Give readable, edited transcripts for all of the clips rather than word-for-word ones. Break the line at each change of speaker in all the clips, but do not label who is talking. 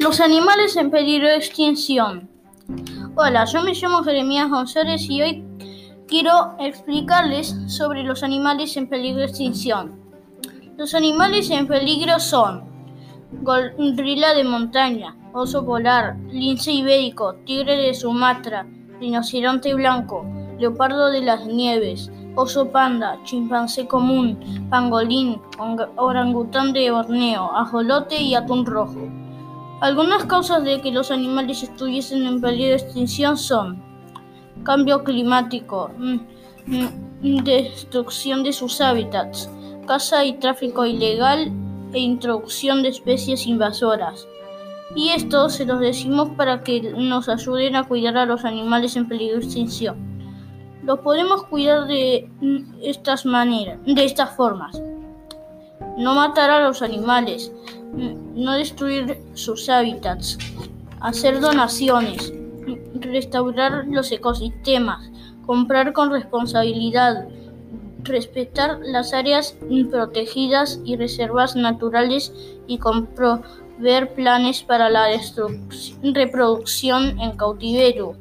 Los animales en peligro de extinción. Hola, yo me llamo Jeremías González y hoy quiero explicarles sobre los animales en peligro de extinción. Los animales en peligro son gorila de montaña, oso polar, lince ibérico, tigre de Sumatra, rinoceronte blanco, leopardo de las nieves, oso panda, chimpancé común, pangolín, orangután de Borneo, ajolote y atún rojo. Algunas causas de que los animales estuviesen en peligro de extinción son cambio climático, destrucción de sus hábitats, caza y tráfico ilegal e introducción de especies invasoras. Y esto se los decimos para que nos ayuden a cuidar a los animales en peligro de extinción. Los podemos cuidar de estas formas: no matar a los animales, no destruir sus hábitats, hacer donaciones, restaurar los ecosistemas, comprar con responsabilidad, respetar las áreas protegidas y reservas naturales y promover planes para la reproducción en cautiverio.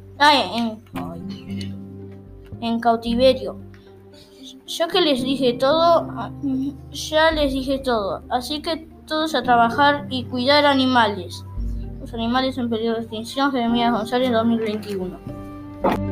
Ya les dije todo, así que todos a trabajar y cuidar animales. Los animales en peligro de extinción, Jeremías González, 2021.